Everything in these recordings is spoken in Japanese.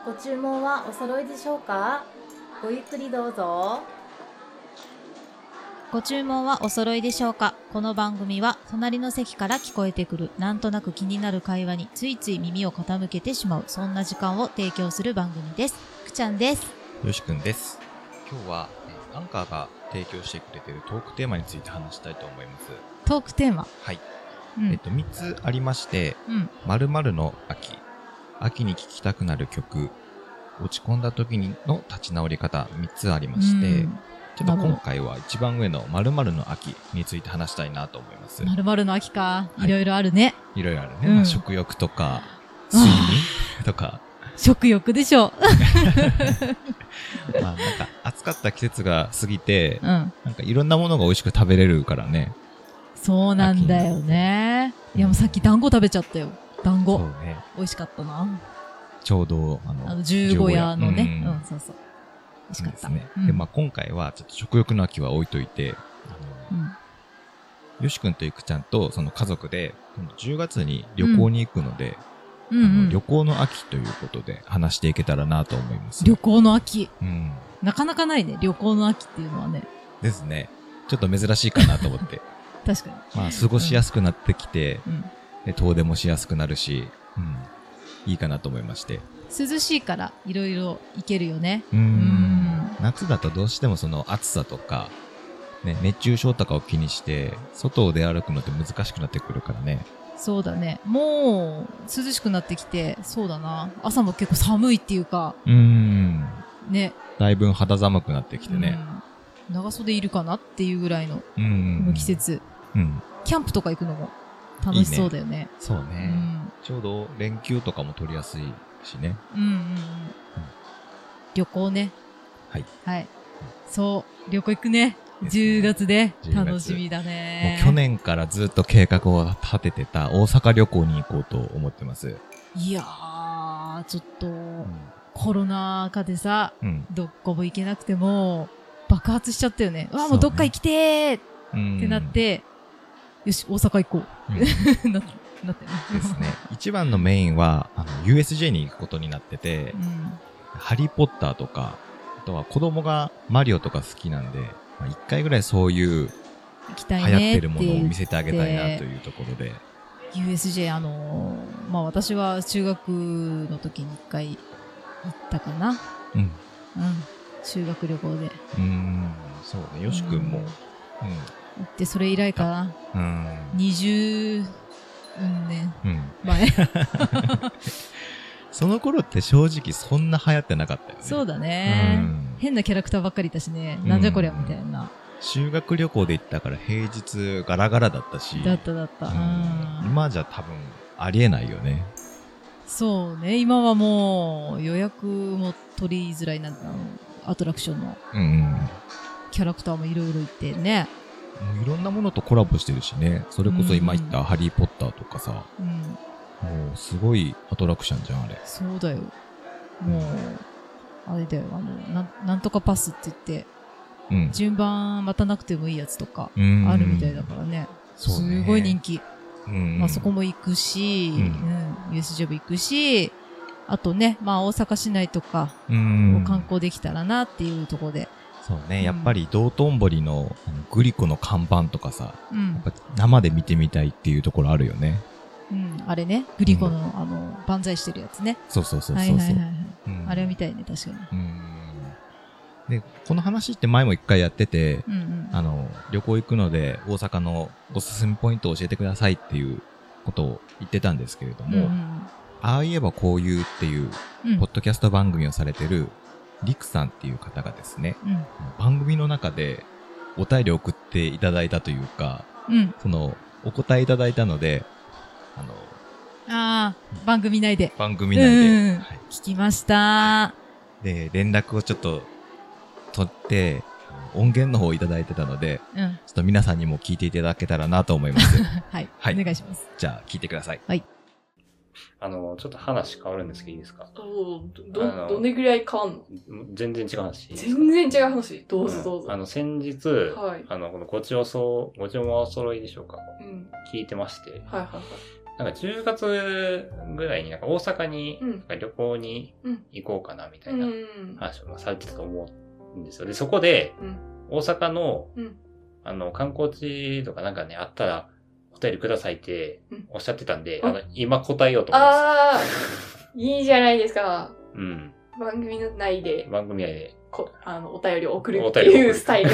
ご注文はお揃いでしょうか？ごゆっくりどうぞ。 ご注文はお揃いでしょうか？この番組は隣の席から聞こえてくるなんとなく気になる会話についつい耳を傾けてしまう、そんな時間を提供する番組です。くちゃんです。 よしくんです。今日はアンカーが提供してくれているトークテーマについて話したいと思います。 トークテーマ、 はい、 3 3つありまして、〇〇の秋に聴きたくなる曲、落ち込んだ時の立ち直り方、3つありまして、ちょっと今回は一番上の〇〇の秋について話したいなと思います。 〇〇の秋か、 はい、 いろいろあるね。 いろいろあるね。食欲とか睡眠とか。 食欲でしょ。 まあなんか暑かった季節が過ぎて、なんかいろんなものが美味しく食べれるからね。 そうなんだよね。いやもうさっき団子食べちゃったよ。団子。そうね。美味しかったな。 ちょうど十五夜のね。そうそう。美味しかった。 ですね。でまあ今回はちょっと食欲の秋は置いといて、よしくんといくちゃんとその家族で10月に旅行に行くので、旅行の秋ということで話していけたらなと思います。 旅行の秋。なかなかないね、旅行の秋っていうのはね。 ですね。ちょっと珍しいかなと思って。 確かに。 まあ過ごしやすくなってきて、で遠出もしやすくなるし、いいかなと思いまして。 涼しいからいろいろ行けるよね。 夏だとどうしてもその暑さとか、ね、熱中症とかを気にして外を出歩くのって難しくなってくるからね。 そうだね。もう涼しくなってきて、そうだな。朝も結構寒いっていうか。ね。 だいぶ肌寒くなってきてね。 長袖いるかなっていうぐらいのこの季節。キャンプとか行くのも楽しそうだよね。 そうね。ちょうど連休とかも取りやすいしね。 旅行ね。 はい。 はい。そう、旅行行くね。10月で楽しみだね。 もう去年からずっと計画を立ててた大阪旅行に行こうと思ってます。 いやー、ちょっと、コロナ禍でさ、どこも行けなくても爆発しちゃったよね。もうどっか行きてーってなって、よし、大阪行こう。なってね。 ですね。一番のメインはUSJ に行くことになってて、ハリーポッターとか、あとは子供がマリオとか好きなんで、一回ぐらいそういう流行ってるものを見せてあげたいなというところで。 USJ まあ私は中学の時に一回行ったかな。修学旅行で。 そうね。よしくんも。 行ってそれ以来かな。20年前。 その頃って正直そんな流行ってなかったよね。 そうだね。変なキャラクターばっかりいたしね。なんじゃこりゃみたいな。 修学旅行で行ったから平日ガラガラだったし。 だった。 今じゃ多分ありえないよね。 そうね。今はもう予約も取りづらいな、アトラクションのキャラクターもいろいろいてね。 もういろんなものとコラボしてるしね。それこそ今言ったハリーポッターとかさ。もうすごいアトラクションじゃんあれ。 そうだよ。もうあれだよ、なんとかパスって言って、順番待たなくてもいいやつとかあるみたいだからね。すごい人気。まあそこも行くし、USJ も行くし、あとね、まあ大阪市内とかを観光できたらなっていうところで。 そうね、やっぱり道頓堀のグリコの看板とかさ、やっぱ生で見てみたいっていうところあるよね。 あれね、グリコの万歳してるやつね。 そう。 あれを見たいね、確かに。 で、この話って前も一回やってて、旅行行くので大阪のおすすめポイントを教えてくださいっていうことを言ってたんですけれども、ああ言えばこういうっていう、ポッドキャスト番組をされてるリクさんっていう方がですね、番組の中でお便り送っていただいたというか、お答えいただいたので、 番組内で。 聞きました。 で、連絡をちょっと取って、音源の方をいただいてたので、ちょっと皆さんにも聞いていただけたらなと思います。 はい。お願いします。 じゃあ、聞いてください。 はい。 ちょっと話変わるんですけどいいですか？ どれぐらい変わんの？ 全然違う話。 全然違う話。どうぞ。 先日、このご注文はお揃いでしょうか？聞いてまして。 なんか10月ぐらいになんか大阪になんか旅行に行こうかなみたいな話をされてたと思うんですよ。で、そこで、大阪の、観光地とかなんかね、あったら、お便りくださいっておっしゃってたんで、今答えようと思います。 ああ、いいじゃないですか。 うん。 番組内で。 番組内で。 お便りを送るっていうスタイル。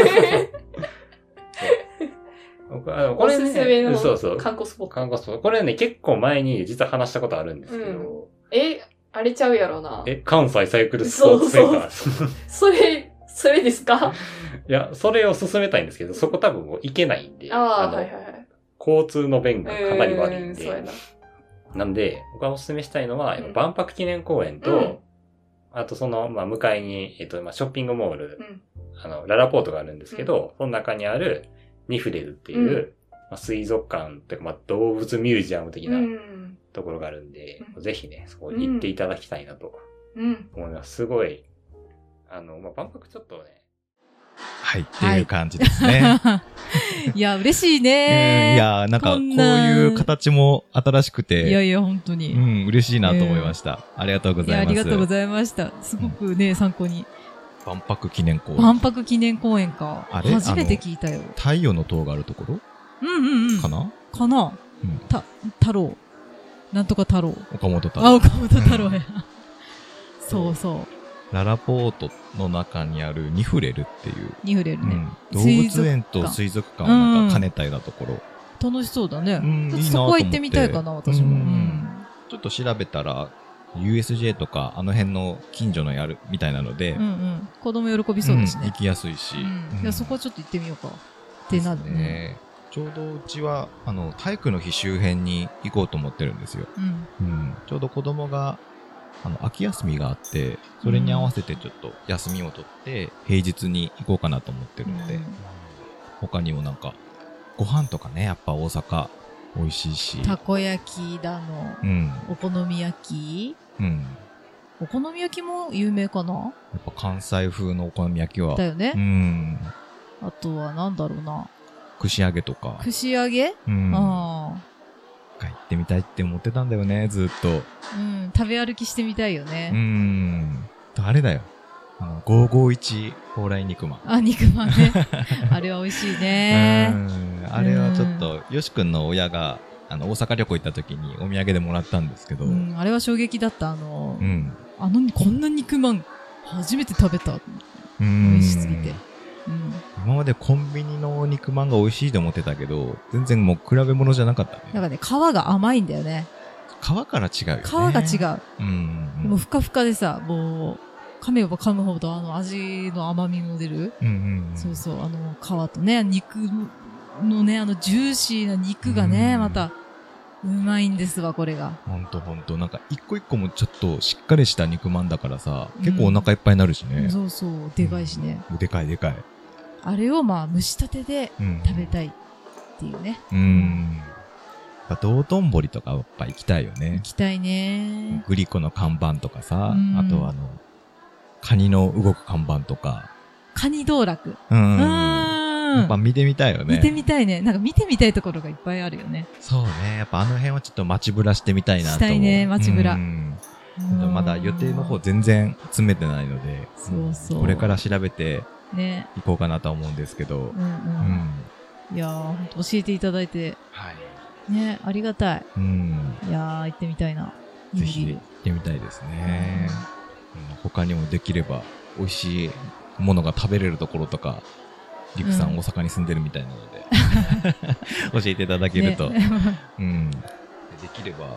これね、おすすめの観光スポット。 観光スポット。これね、結構前に実は話したことあるんですけど。 あれちゃうやろな。 関西サイクルスポーツセンター。 それですか？ いや、それを進めたいんですけど、そこ多分もう行けないんで。交通の便がかなり悪いんで。なんで、僕がおすすめしたいのは、万博記念公園と、あと向かいに、ショッピングモール、ララポートがあるんですけど、その中にある、ニフレルっていう、水族館というか、動物ミュージアム的なところがあるんで、ぜひね、そこに行っていただきたいなと思います。すごい、万博ちょっとね、 はい、っていう感じですね。 いや、嬉しいね。 いや、なんか、こういう形も新しくて。 いやいや、本当に。 嬉しいなと思いました。ありがとうございます。 ありがとうございました。すごくね、参考に。 万博記念公園。 万博記念公園か。初めて聞いたよ。 太陽の塔があるところかな太郎。なんとか太郎。 岡本太郎。 岡本太郎や。そうそう。 ララポートの中にあるニフレルっていう。 ニフレルね。 動物園と水族館をなんか兼ねたようなところ。 楽しそうだね。 そこは行ってみたいかな、私も。 ちょっと調べたら、USJ とかあの辺の近所のやるみたいなので。 子供喜びそうですね。 行きやすいし。 いや、そこはちょっと行ってみようか。ってなるね。 ちょうどうちは、体育の日周辺に行こうと思ってるんですよ。ちょうど子供が、秋休みがあって、それに合わせてちょっと休みを取って、平日に行こうかなと思ってるので、他にもなんか、ご飯とかね、やっぱ大阪、美味しいし。 たこ焼きだの、お好み焼きお好み焼きも有名かな？ やっぱ関西風のお好み焼きは。 だよね。あとはなんだろうな。 串揚げとか。 串揚げ？ 行ってみたいって思ってたんだよね、ずっと。 食べ歩きしてみたいよね。 あれだよ。551蓬莱肉まん。 肉まんね。あれは美味しいね。 あれはちょっと、よしくんの親が、大阪旅行行った時にお土産でもらったんですけど。 あれは衝撃だった。こんな肉まん、初めて食べた。美味しすぎて。 今までコンビニの肉まんが美味しいと思ってたけど、全然もう比べ物じゃなかったね。 なんかね、皮が甘いんだよね。 皮から違うよね。 皮が違う。もうふかふかでさ、もう、噛めば噛むほど味の甘みも出る。そうそう、皮とね、肉のね、ジューシーな肉がね、また、うまいんですわ、これが。 ほんと。なんか、一個一個もちょっとしっかりした肉まんだからさ、結構お腹いっぱいになるしね。 そうそう、でかいしね。 でかい。 あれを蒸したてで食べたいっていうね。 道頓堀とかやっぱ行きたいよね。 行きたいね。 グリコの看板とかさ、あとはカニの動く看板とか。 カニ道楽。 やっぱ見てみたいよね。 見てみたいね。なんか見てみたいところがいっぱいあるよね。 そうね。やっぱあの辺はちょっと街ぶらしてみたいなと。 したいね、街ぶら。 まだ予定の方全然詰めてないので、これから調べて行こうかなとは思うんですけど。 いやー、教えていただいて。ね、ありがたい。いやー、行ってみたいな。 ぜひ行ってみたいですね。他にもできれば美味しいものが食べれるところとか、リクさん大阪に住んでるみたいなので教えていただけると、できれば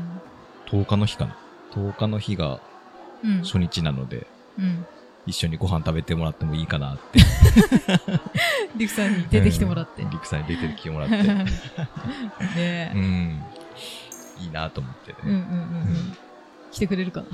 10日の日かな。10日の日が初日なので、一緒にご飯食べてもらってもいいかなってリクさんに出てきてもらって、 リクさんに出てきてもらってね、 いいなと思ってね。 来てくれるかな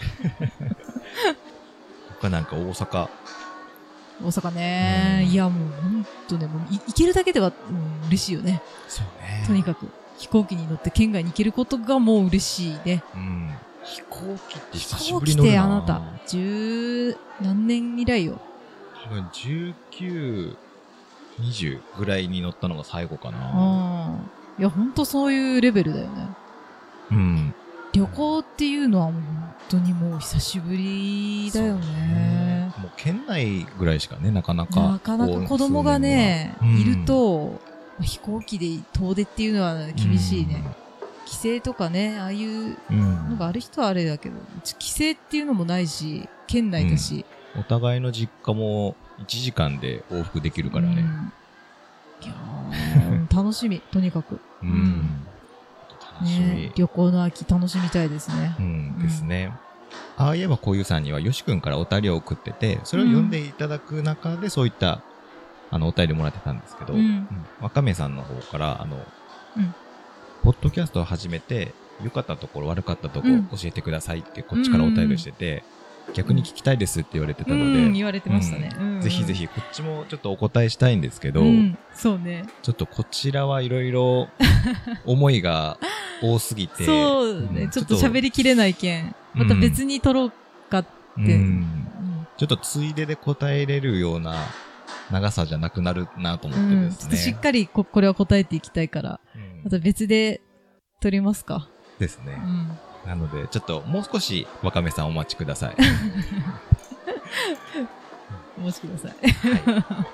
他なんか大阪ね、いやもうほんとね、もう行けるだけでは嬉しいよね。 そうね。 とにかく飛行機に乗って県外に行けることがもう嬉しいね。 飛行機って久しぶり乗るな。 飛行機ってあなた10何年以来よ。 多分19、20ぐらいに乗ったのが最後かな。 いいや、ほんとそういうレベルだよね。 うん。 旅行っていうのはもう本当にもう久しぶりだよね。 もう県内ぐらいしかね、なかなか子供がね、いると、飛行機で遠出っていうのは厳しいね。帰省とかね、ああいうのがある人はあれだけど、帰省っていうのもないし、県内だし。 お互いの実家も1時間で往復できるからね。 いや楽しみ、とにかく。 楽しみ、 ね。旅行の秋楽しみたいですね。 ですね。ああいえばこういうさんにはよしくんからお便りを送ってて、それを読んでいただく中でそういったお便りもらってたんですけど、わかめさんの方からポッドキャストを始めて良かったところ悪かったところ教えてくださいってこっちからお便りしてて、逆に聞きたいですって言われてたので、 言われてましたね。 ぜひぜひこっちもちょっとお答えしたいんですけど、 そうね。 ちょっとこちらはいろいろ思いが多すぎて、 そうね、ちょっと喋りきれないけん、また別に撮ろうかって、 ちょっとついでで答えれるような長さじゃなくなるなと思ってですね。 ちょっとしっかりこれは答えていきたいから、また別で撮りますか。 ですね。なので、ちょっともう少しわかめさんお待ちください。 お待ちください。はい、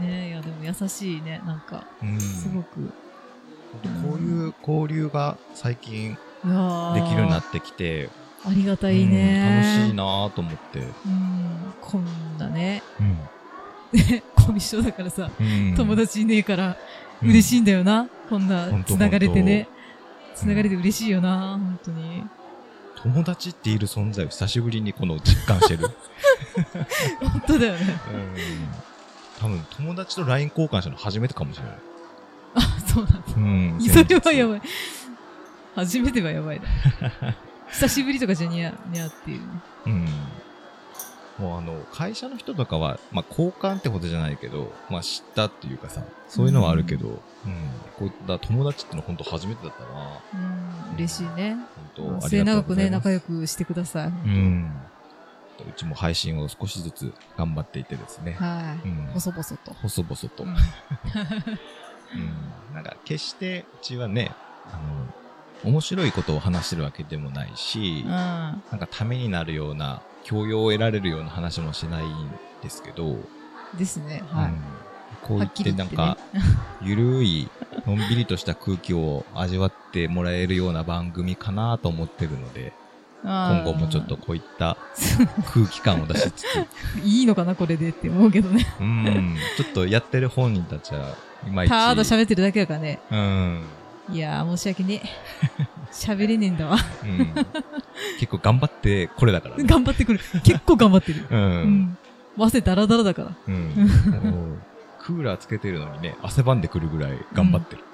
ねえ、いやでも優しいね、なんか、すごく。 こういう交流が最近できるようになってきて、 ありがたいね。 楽しいなぁと思って。 こんなね、コミュ障だからさ、友達いねえから嬉しいんだよな。こんな繋がれてね。繋がれて嬉しいよな、本当に。 友達っている存在を久しぶりにこの実感してる。 本当だよね。 多分友達と LINE 交換したの初めてかもしれない。 あ、そうなんだ。それはやばい。初めてはやばいな。久しぶりとかじゃにゃっていうね。 もう会社の人とかは、交換ってことじゃないけど、知ったっていうかさ、そういうのはあるけど、こういった友達ってのは本当初めてだったな。 嬉しいね。 本当末永くね、仲良くしてください。 うちも配信を少しずつ頑張っていてですね。 はい。細々と。 細々と。なんか決してうちはね、面白いことを話してるわけでもないし、なんかためになるような、教養を得られるような話もしないんですけど。 ですね、はい。 こう言ってなんか、ゆるい、のんびりとした空気を味わってもらえるような番組かなと思ってるので、今後もちょっとこういった空気感を出しつつ。 いいのかな、これでって思うけどね。 ちょっとやってる本人たちは、いまいち。 ただ喋ってるだけだからね。いやー、申し訳ねえ。喋れねえんだわ。 結構頑張ってこれだからね。 頑張ってくる。結構頑張ってる。汗ダラダラだから。 クーラーつけてるのにね、汗ばんでくるぐらい頑張ってる。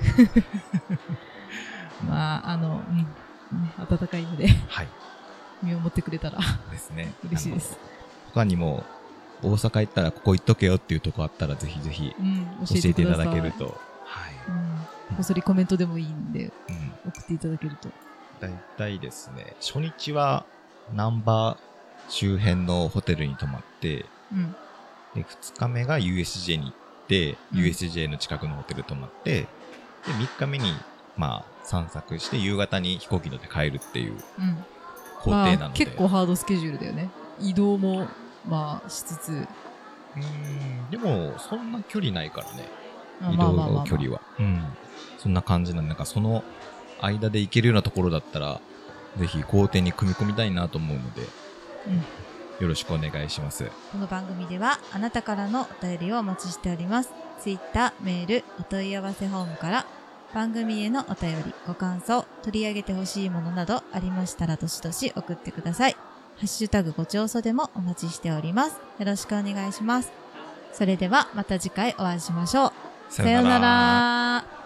暖かいので、見守ってくれたらですね。 嬉しいです。 他にも、大阪行ったらここ行っとけよっていうとこあったらぜひぜひ教えていただけると。 こっそりコメントでもいいんで、送っていただけると。 だいたいですね、初日は難波周辺のホテルに泊まって、で2日目が USJ に行って、USJ の近くのホテル泊まって、で3日目に散策して夕方に飛行機乗って帰るっていう工程なので、 結構ハードスケジュールだよね。移動もしつつ。 でもそんな距離ないからね。移動の距離は。そんな感じなんで、なんかその間で行けるようなところだったら、ぜひ工程に組み込みたいなと思うので、よろしくお願いします。 この番組ではあなたからのお便りをお待ちしております。Twitter、メール、お問い合わせフォームから番組へのお便り、ご感想、取り上げてほしいものなどありましたらどしどし送ってください。ハッシュタグご調査でもお待ちしております。よろしくお願いします。それではまた次回お会いしましょう。さようなら。